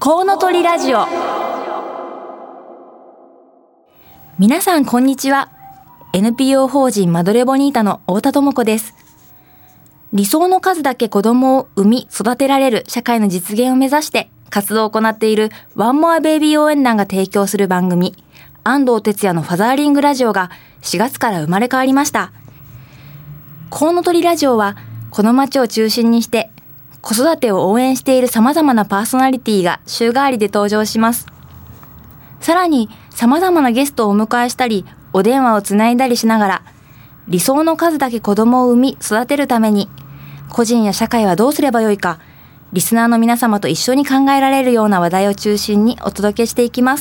コウノトリラジオ。皆さんこんにちは。 NPO 法人マドレボニータの太田智子です。理想の数だけ子供を産み育てられる社会の実現を目指して活動を行っているワンモアベイビー応援団が提供する番組、安藤哲也のファザーリングラジオが4月から生まれ変わりました。コウノトリラジオはこの街を中心にして子育てを応援している様々なパーソナリティが週替わりで登場します。さらに様々なゲストをお迎えしたり、お電話をつないだりしながら、理想の数だけ子供を産み育てるために、個人や社会はどうすればよいか、リスナーの皆様と一緒に考えられるような話題を中心にお届けしていきます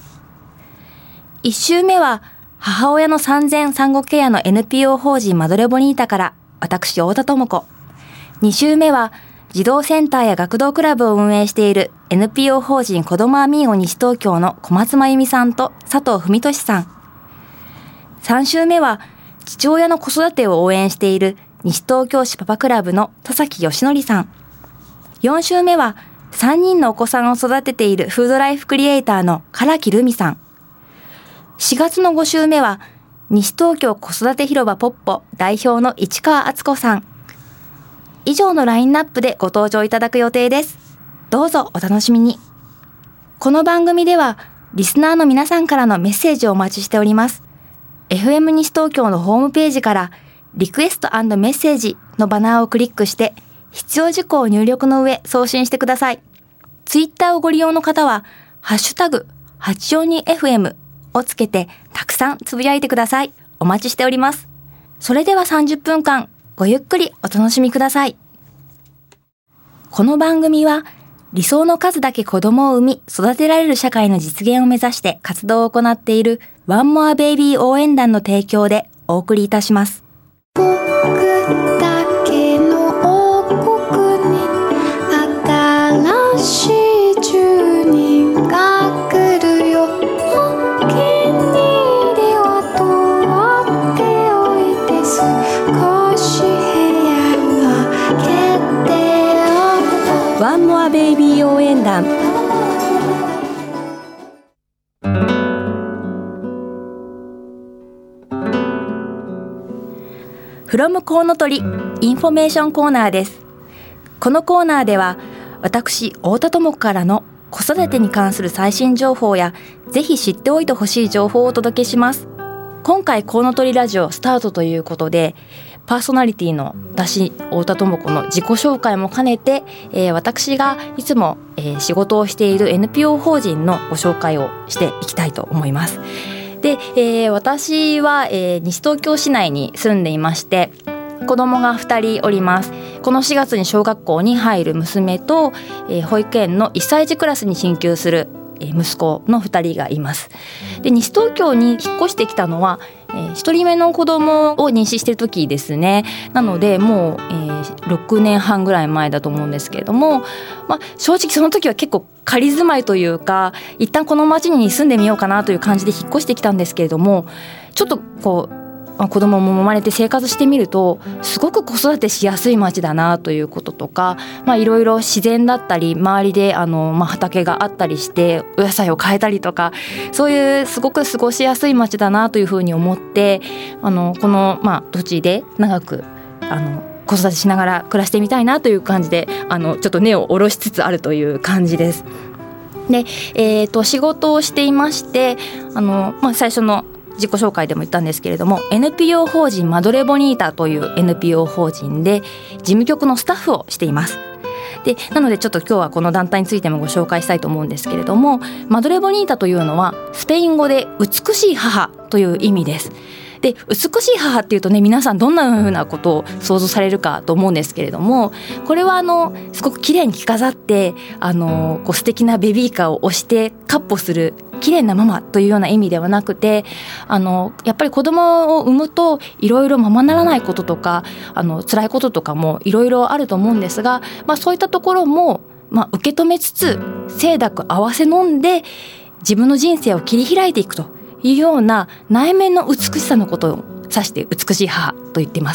。1週目は、母親の産前産後ケアの NPO 法人マドレボニータから、私、太田智子。2週目は、児童センターや学童クラブを運営している NPO 法人子どもアミーゴ西東京の小松真由美さんと佐藤文俊さん。3週目は父親の子育てを応援している西東京市パパクラブの田崎義則さん。4週目は3人のお子さんを育てているフードライフクリエイターの唐木留美さん。4月の5週目は西東京子育て広場ポッポ代表の市川敦子さん。以上のラインナップでご登場いただく予定です。どうぞお楽しみに。この番組ではリスナーの皆さんからのメッセージをお待ちしております。FM 西東京のホームページからリクエスト&メッセージのバナーをクリックして必要事項を入力の上送信してください。ツイッターをご利用の方はハッシュタグ 842FM をつけてたくさんつぶやいてください。お待ちしております。それでは30分間ごゆっくりお楽しみください。この番組は理想の数だけ子供を産み育てられる社会の実現を目指して活動を行っているワンモアベイビー応援団の提供でお送りいたします。 僕だけの王国に新しい住人が来るよ。お気に入りは取っておいて少し部屋は決定。 ワンモアベイビー応援団。from コウノトリインフォメーションコーナーです。このコーナーでは私太田智子からの子育てに関する最新情報やぜひ知っておいてほしい情報をお届けします。今回コウノトリラジオスタートということで、パーソナリティの私太田智子の自己紹介も兼ねて、私がいつも、仕事をしている NPO 法人のご紹介をしていきたいと思います。で、私は、西東京市内に住んでいまして子供が2人おります。この4月に小学校に入る娘と、保育園の1歳児クラスに進級する息子の2人がいます。で、西東京に引っ越してきたのは、1人目の子供を妊娠している時ですね。なのでもう、6年半ぐらい前だと思うんですけれども、正直その時は結構仮住まいというか一旦この町に住んでみようかなという感じで引っ越してきたんですけれども、ちょっとこう子供も生まれて生活してみるとすごく子育てしやすい町だなということとか、いろいろ自然だったり周りで畑があったりしてお野菜を変えたりとか、そういうすごく過ごしやすい町だなというふうに思って、この土地で長く子育てしながら暮らしてみたいなという感じでちょっと根を下ろしつつあるという感じです。で、仕事をしていまして最初の自己紹介でも言ったんですけれども NPO 法人マドレボニータという NPO 法人で事務局のスタッフをしています。でなのでちょっと今日はこの団体についてもご紹介したいと思うんですけれども、マドレボニータというのはスペイン語で美しい母という意味です。で美しい母っていうとね、皆さんどんな風なことを想像されるかと思うんですけれども、これはすごく綺麗に着飾ってこう素敵なベビーカーを押してカッ歩する綺麗なママというような意味ではなくて、やっぱり子供を産むといろいろままならないこととか辛いこととかもいろいろあると思うんですが、そういったところも、受け止めつつ清濁合わせ飲んで自分の人生を切り開いていくというような内面の美しさのことを指して美しい母と言っています。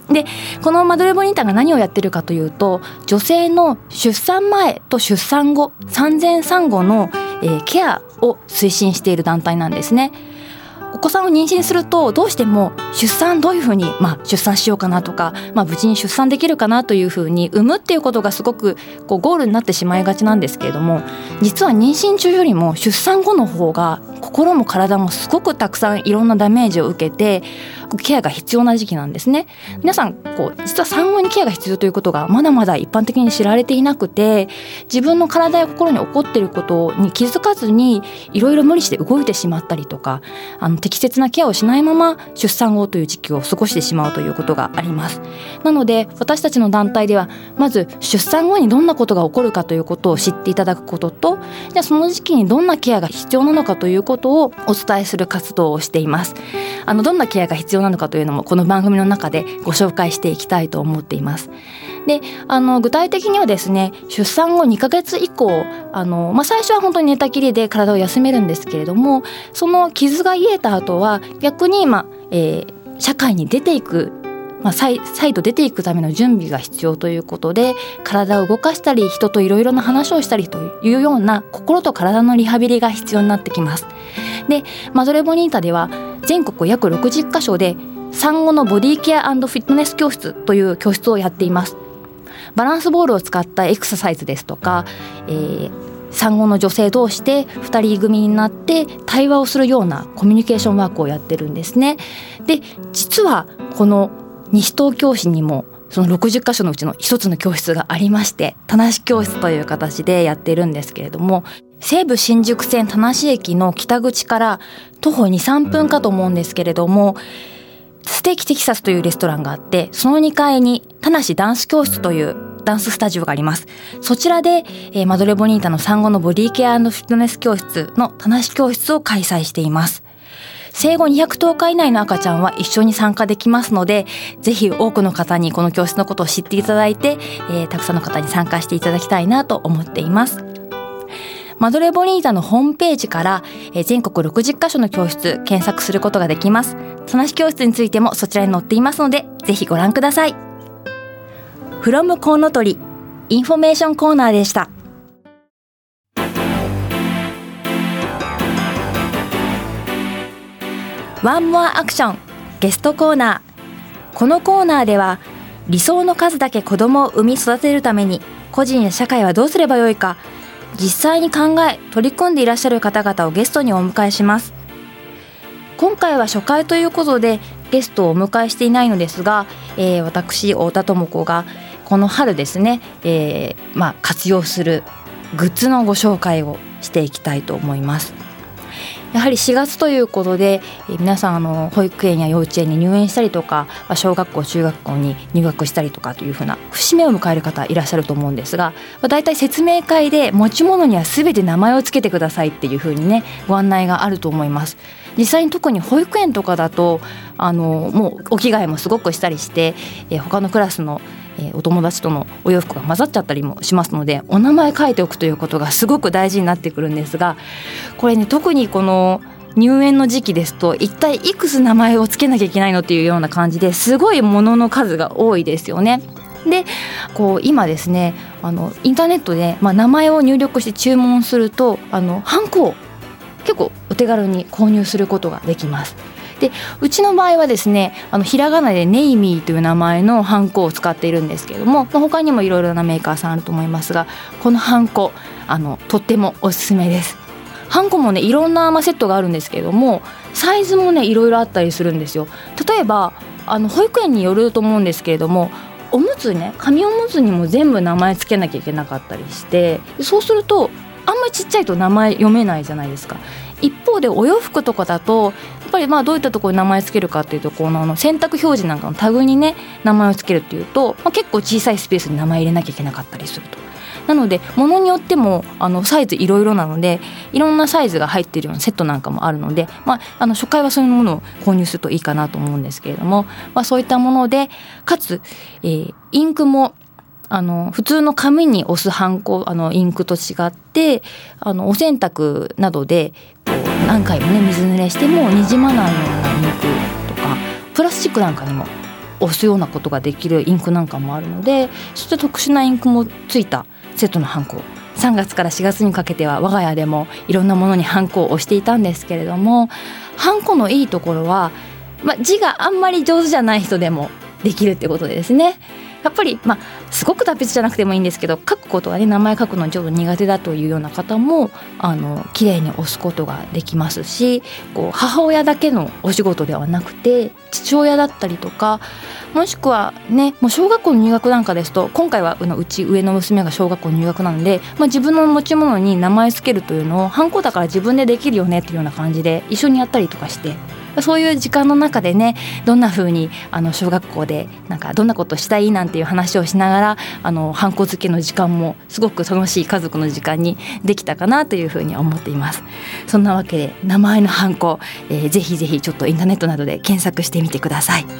でこのマドレボニータが何をやってるかというと、女性の出産前と出産後、産前産後の、ケアを推進している団体なんですね。お子さんを妊娠するとどうしても出産どういうふうに、出産しようかなとか、無事に出産できるかなというふうに産むっていうことがすごくゴールになってしまいがちなんですけれども、実は妊娠中よりも出産後の方が心も体もすごくたくさんいろんなダメージを受けてケアが必要な時期なんですね。皆さん実は産後にケアが必要ということがまだまだ一般的に知られていなくて、自分の体や心に起こっていることに気づかずにいろいろ無理して動いてしまったりとか、適切なケアをしないまま出産後という時期を過ごしてしまうということがあります。なので私たちの団体ではまず出産後にどんなことが起こるかということを知っていただくことと、じゃあその時期にどんなケアが必要なのかということをお伝えする活動をしています。どんなケアが必要なのかというのもこの番組の中でご紹介していきたいと思っています。で具体的にはですね、出産後2ヶ月以降最初は本当に寝たきりで体を休めるんですけれども、その傷が癒えた後は逆に、社会に出ていく、再度出ていくための準備が必要ということで、体を動かしたり人といろいろな話をしたりというような心と体のリハビリが必要になってきます。でマドレボニータでは全国約60カ所で産後のボディケア&フィットネス教室という教室をやっています。バランスボールを使ったエクササイズですとか、産後の女性同士で2人組になって対話をするようなコミュニケーションワークをやってるんですね。で実はこの西東京市にもその60カ所のうちの一つの教室がありまして、田無教室という形でやっているんですけれども、西武新宿線田無駅の北口から徒歩 2,3 分かと思うんですけれども、ステーキテキサスというレストランがあって、その2階に田無ダンス教室というダンススタジオがあります。そちらで、マドレボニータの産後のボディケア&フィットネス教室の田無教室を開催しています。生後210日以内の赤ちゃんは一緒に参加できますので、ぜひ多くの方にこの教室のことを知っていただいて、たくさんの方に参加していただきたいなと思っています。マドレボニータのホームページから、全国60カ所の教室検索することができます。田無教室についてもそちらに載っていますので、ぜひご覧ください。from コウノトリインフォメーションコーナーでした。ワンモアアクションゲストコーナー。このコーナーでは理想の数だけ子供を産み育てるために個人や社会はどうすればよいか、実際に考え取り組んでいらっしゃる方々をゲストにお迎えします。今回は初回ということでゲストをお迎えしていないのですが、私太田智子がこの春ですね、活用するグッズのご紹介をしていきたいと思います。やはり4月ということで、皆さん保育園や幼稚園に入園したりとか、小学校中学校に入学したりとかというふうな節目を迎える方いらっしゃると思うんですが、だいたい説明会で持ち物には全て名前をつけてくださいっていうふうにね、ご案内があると思います。実際に特に保育園とかだともうお着替えもすごくしたりして、他のクラスのお友達とのお洋服が混ざっちゃったりもしますので、お名前書いておくということがすごく大事になってくるんですが、これね、特にこの入園の時期ですと一体いくつ名前をつけなきゃいけないのっていうような感じですごいものの数が多いですよね。で今ですねインターネットで、名前を入力して注文するとハンコを結構お手軽に購入することができます。でうちの場合はですねひらがなでネイミーという名前のハンコを使っているんですけれども、他にもいろいろなメーカーさんあると思いますが、このハンコとってもおすすめです。ハンコもねいろんなセットがあるんですけれども、サイズもねいろいろあったりするんですよ。例えば保育園によると思うんですけれども、おむつね、紙おむつにも全部名前つけなきゃいけなかったりして、そうするとあんまりちっちゃいと名前読めないじゃないですか。一方でお洋服とかだとやっぱりどういったところに名前つけるかっていうと、この洗濯表示なんかのタグにね名前をつけるっていうと、結構小さいスペースに名前入れなきゃいけなかったりすると。なので物によってもサイズいろいろなので、いろんなサイズが入っているようなセットなんかもあるので、初回はそういうものを購入するといいかなと思うんですけれども、そういったものでかつ、インクも普通の紙に押すハンコインクと違ってお洗濯などで何回もね水濡れしてもにじまないようなインクとか、プラスチックなんかにも押すようなことができるインクなんかもあるので、そして特殊なインクもついたセットのハンコ、3月から4月にかけては我が家でもいろんなものにハンコを押していたんですけれども、ハンコのいいところは、字があんまり上手じゃない人でもできるってことでですね、やっぱりすごく達筆じゃなくてもいいんですけど、書くことはね、名前書くのちょっと苦手だというような方も綺麗に押すことができますし、母親だけのお仕事ではなくて父親だったりとか、もしくはね、もう小学校の入学なんかですと、今回はうち上の娘が小学校入学なので、自分の持ち物に名前つけるというのをハンコだから自分でできるよねっていうような感じで一緒にやったりとかして、そういう時間の中でね、どんな風に小学校でどんなことしたいなんていう話をしながらハンコ付けの時間もすごく楽しい家族の時間にできたかなという風に思っています。そんなわけで名前のハンコ、ぜひぜひちょっとインターネットなどで検索してみてください。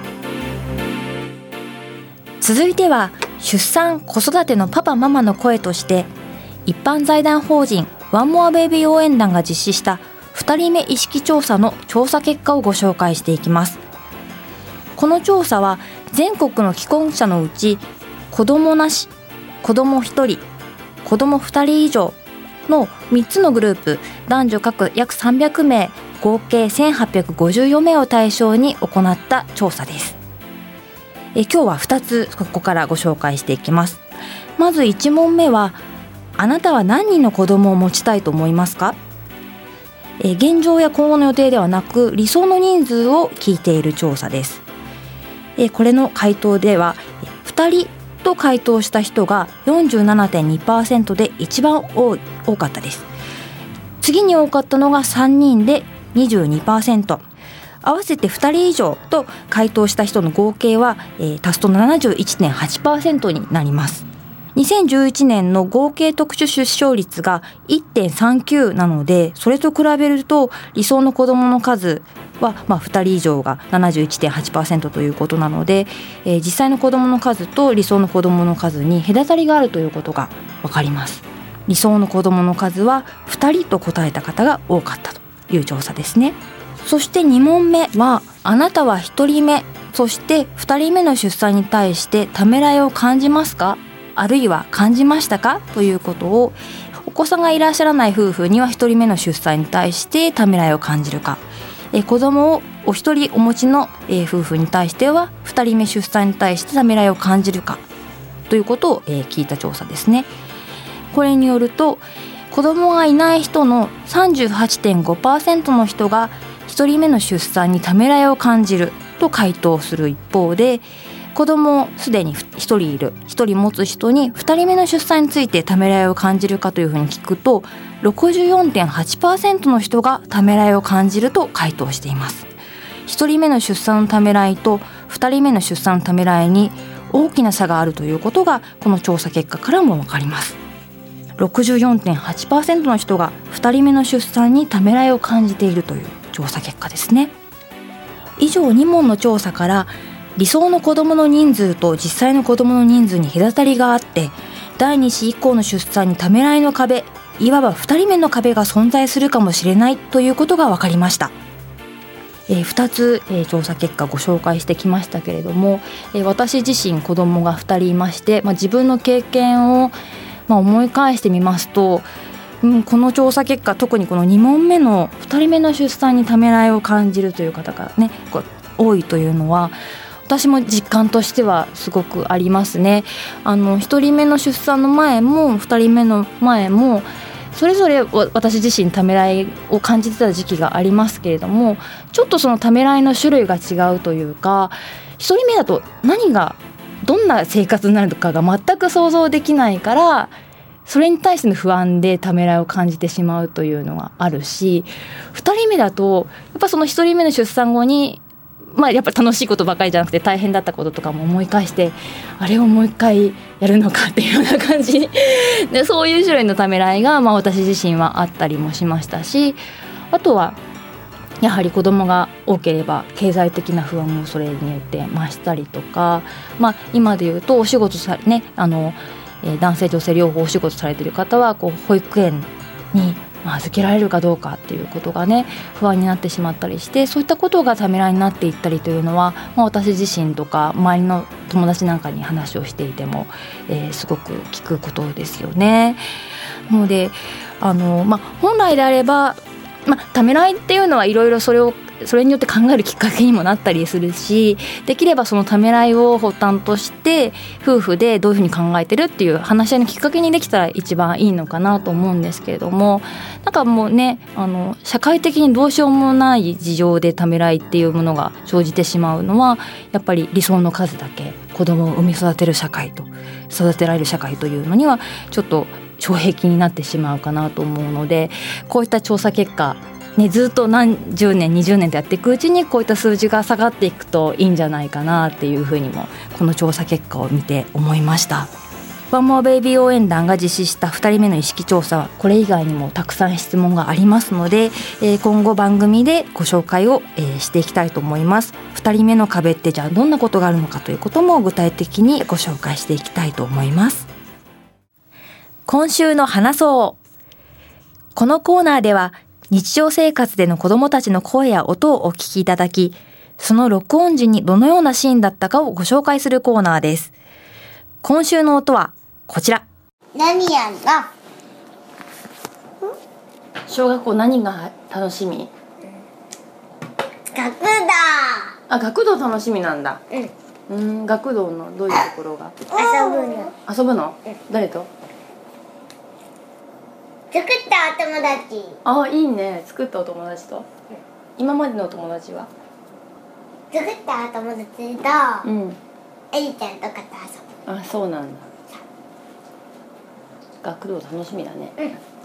続いては出産子育てのパパママの声として、一般財団法人ワンモアベイビー応援団が実施した2人目意識調査の調査結果をご紹介していきます。この調査は全国の既婚者のうち、子供なし、子供1人、子供2人以上の3つのグループ、男女各約300名、合計1854名を対象に行った調査です。今日は2つここからご紹介していきます。まず1問目は、あなたは何人の子供を持ちたいと思いますか？現状や今後の予定ではなく、理想の人数を聞いている調査です。これの回答では2人と回答した人が 47.2% で一番多かったです。次に多かったのが3人で 22%、 合わせて2人以上と回答した人の合計は、足すと 71.8% になります。2011年の合計特殊出生率が 1.39 なので、それと比べると理想の子どもの数は、2人以上が 71.8% ということなので、実際の子どもの数と理想の子どもの数に隔たりがあるということが分かります。理想の子どもの数は2人と答えた方が多かったという調査ですね。そして2問目は、あなたは1人目、そして2人目の出産に対してためらいを感じますか、あるいは感じましたかということを、お子さんがいらっしゃらない夫婦には1人目の出産に対してためらいを感じるか、子供をお一人お持ちの夫婦に対しては2人目出産に対してためらいを感じるかということを聞いた調査ですね。これによると、子供がいない人の 38.5% の人が1人目の出産にためらいを感じると回答する一方で、子供をすでに1人いる、1人持つ人に2人目の出産についてためらいを感じるかというふうに聞くと、 64.8% の人がためらいを感じると回答しています。1人目の出産のためらいと2人目の出産のためらいに大きな差があるということが、この調査結果からも分かります。64.8% の人が2人目の出産にためらいを感じているという調査結果ですね。以上2問の調査から、理想の子どもの人数と実際の子どもの人数に隔たりがあって、第2子以降の出産にためらいの壁、いわば2人目の壁が存在するかもしれないということが分かりました。2つ、調査結果ご紹介してきましたけれども、私自身子どもが2人いまして、自分の経験を、思い返してみますと、この調査結果、特にこの2問目の2人目の出産にためらいを感じるという方がね、多いというのは、私も実感としてはすごくありますね。1人目の出産の前も2人目の前も、それぞれ私自身ためらいを感じてた時期がありますけれども、ちょっとそのためらいの種類が違うというか、1人目だとどんな生活になるのかが全く想像できないから、それに対しての不安でためらいを感じてしまうというのがあるし、2人目だとやっぱその1人目の出産後にやっぱり楽しいことばかりじゃなくて大変だったこととかも思い返して、あれをもう一回やるのかっていうような感じで、そういう種類のためらいが私自身はあったりもしましたし、あとはやはり子供が多ければ経済的な不安もそれによって増したりとか、今でいうとお仕事男性女性両方お仕事されている方は保育園に預けられるかどうかっていうことがね不安になってしまったりして、そういったことがためらいになっていったりというのは、私自身とか周りの友達なんかに話をしていても、すごく聞くことですよね。なので本来であれば、ためらいっていうのはいろいろそれによって考えるきっかけにもなったりするし、できればそのためらいを発端として夫婦でどういうふうに考えてるっていう話し合いのきっかけにできたら一番いいのかなと思うんですけれども、なんかもうね社会的にどうしようもない事情でためらいっていうものが生じてしまうのは、やっぱり理想の数だけ子供を産み育てる社会と育てられる社会というのにはちょっと障壁になってしまうかなと思うので、こういった調査結果ずっと何十年20年とやっていくうちにこういった数字が下がっていくといいんじゃないかなっていうふうにもこの調査結果を見て思いました。ワンモアベイビー応援団が実施した2人目の意識調査はこれ以外にもたくさん質問がありますので、今後番組でご紹介をしていきたいと思います。2人目の壁ってじゃあどんなことがあるのかということも具体的にご紹介していきたいと思います。今週の話そう。このコーナーでは日常生活での子どもたちの声や音をお聞きいただき、その録音時にどのようなシーンだったかをご紹介するコーナーです。今週の音はこちら。 何やんの？ 小学校何が楽しみ？ 学童。 学童楽しみなんだ。学童のどういうところが？遊ぶの？誰と？ 作ったお友達。 いいね。作ったお友達と。今までのお友達は？ 作ったお友達と、エリちゃんとかと遊ぶ。 そうなんだ。学童楽しみだね。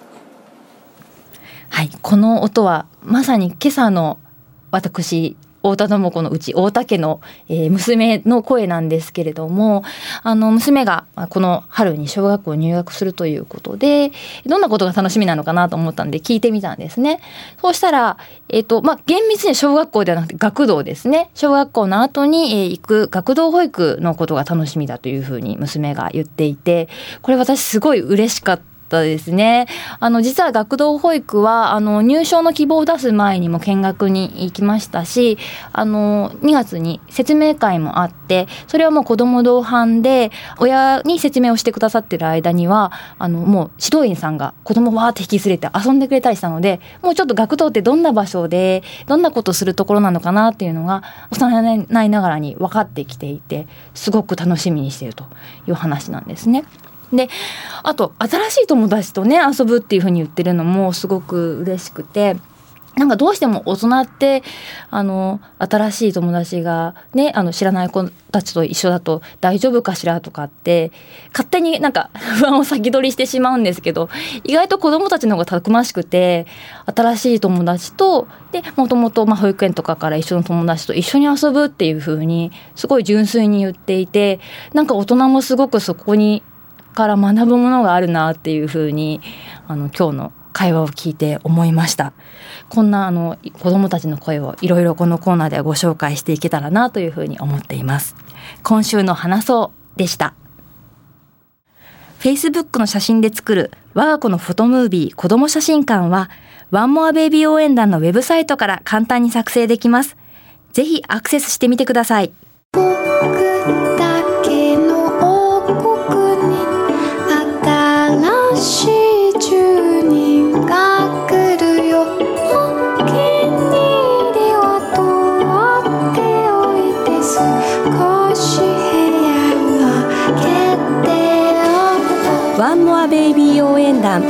はい、この音はまさに今朝の私太田智子のうち太田家の、娘の声なんですけれども、娘がこの春に小学校に入学するということで、どんなことが楽しみなのかなと思ったんで聞いてみたんですね。そうしたら、厳密には小学校ではなくて学童ですね。小学校の後に、行く学童保育のことが楽しみだというふうに娘が言っていて、これ私すごい嬉しかったですね。実は学童保育は入所の希望を出す前にも見学に行きましたし、2月に説明会もあって、それはもう子ども同伴で親に説明をしてくださってる間にはもう指導員さんが子どもわーって引き連れて遊んでくれたりしたので、もうちょっと学童ってどんな場所でどんなことをするところなのかなっていうのが幼いながらに分かってきていて、すごく楽しみにしているという話なんですね。で、あと新しい友達とね遊ぶっていう風に言ってるのもすごく嬉しくて、なんかどうしても大人って新しい友達がね知らない子たちと一緒だと大丈夫かしらとかって勝手になんか不安を先取りしてしまうんですけど、意外と子どもたちの方がたくましくて、新しい友達とでもともと保育園とかから一緒の友達と一緒に遊ぶっていう風にすごい純粋に言っていて、なんか大人もすごくそこにから学ぶものがあるなっていうふうに今日の会話を聞いて思いました。こんな子どもたちの声をいろいろこのコーナーではご紹介していけたらなというふうに思っています。今週の話そうでした。 Facebook の写真で作る我が子のフォトムービー子ども写真館はワンモアベイビー応援団のウェブサイトから簡単に作成できます。ぜひアクセスしてみてください。 新しい住人が来るよ。お気に入りは取っておいて、少し部屋を開けておく。 ワンモアベイビー応援団。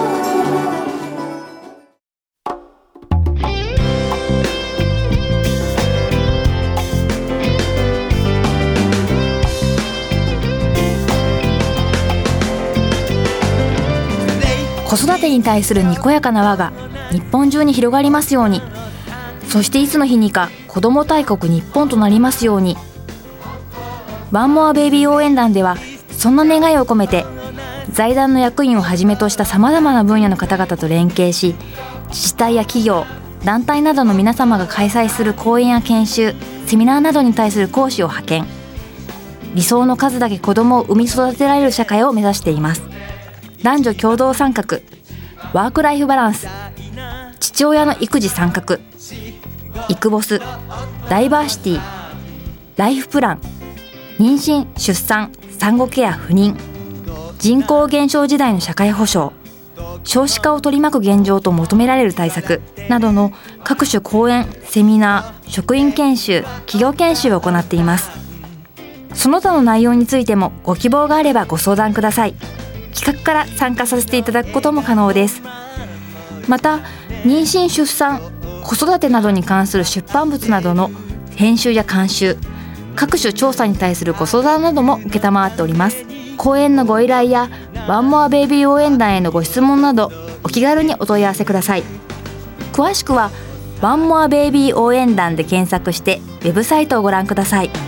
子育てに対するにこやかな輪が日本中に広がりますように。そしていつの日にか子ども大国日本となりますように。ワンモアベイビー応援団ではそんな願いを込めて財団の役員をはじめとしたさまざまな分野の方々と連携し、自治体や企業、団体などの皆様が開催する講演や研修、セミナーなどに対する講師を派遣。理想の数だけ子どもを産み育てられる社会を目指しています。男女共同参画、 ワークライフバランス、父親の育児参画、イクボス、ダイバーシティ、ライフプラン、妊娠・出産・産後ケア・不妊、人口減少時代の社会保障、少子化を取り巻く現状と求められる対策などの各種講演、セミナー、職員研修、企業研修を行っています。その他の内容についてもご希望があればご相談ください。企画から参加させていただくことも可能です。また、妊娠・出産、子育てなどに関する出版物などの編集や監修、各種調査に対するご相談なども承っております。講演のご依頼やワンモアベイビー応援団へのご質問などお気軽にお問い合わせください。詳しくはワンモアベイビー応援団で検索してウェブサイトをご覧ください。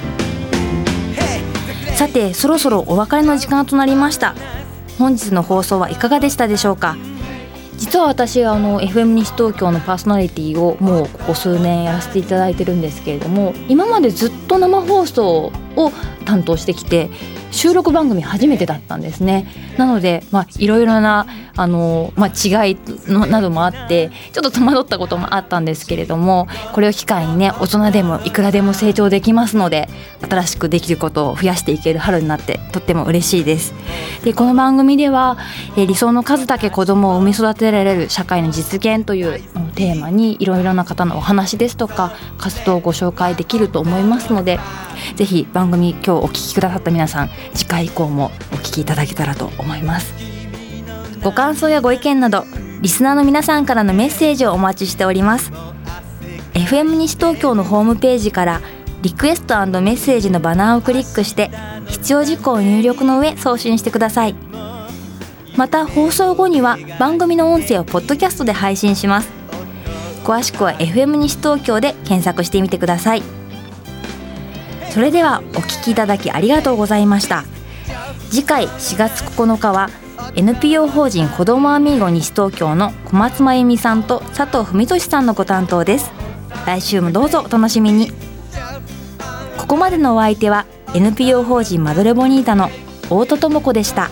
さて、そろそろお別れの時間となりました。本日の放送はいかがでしたでしょうか。実は私FM 西東京のパーソナリティをもうここ数年やらせていただいてるんですけれども、今までずっと生放送を担当してきて収録番組初めてだったんですね。なのでいろいろな違いなどもあってちょっと戸惑ったこともあったんですけれども、これを機会にね、大人でもいくらでも成長できますので、新しくできることを増やしていける春になってとっても嬉しいです。で、この番組では理想の数だけ子供を産み育てられる社会の実現というテーマにいろいろな方のお話ですとか活動をご紹介できると思いますので、ぜひ番組今日お聞きくださった皆さん、次回以降もお聞きいただけたらと思います。ご感想やご意見などリスナーの皆さんからのメッセージをお待ちしております。 FM 西東京のホームページからリクエスト&メッセージのバナーをクリックして必要事項を入力の上送信してください。また放送後には番組の音声をポッドキャストで配信します。詳しくは FM 西東京で検索してみてください。それではお聞きいただきありがとうございました。次回4月9日は NPO 法人子どもアミーゴ西東京の小松真由美さんと佐藤文俊さんのご担当です。来週もどうぞお楽しみに。ここまでのお相手は NPO 法人マドレボニータの太田智子でした。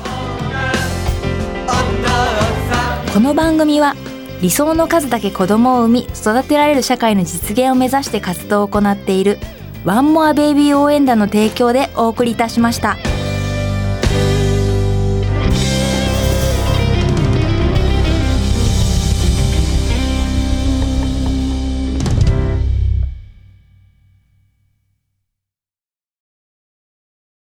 この番組は理想の数だけ子供を産み育てられる社会の実現を目指して活動を行っているワンモアベイビー応援団の提供でお送りいたしました。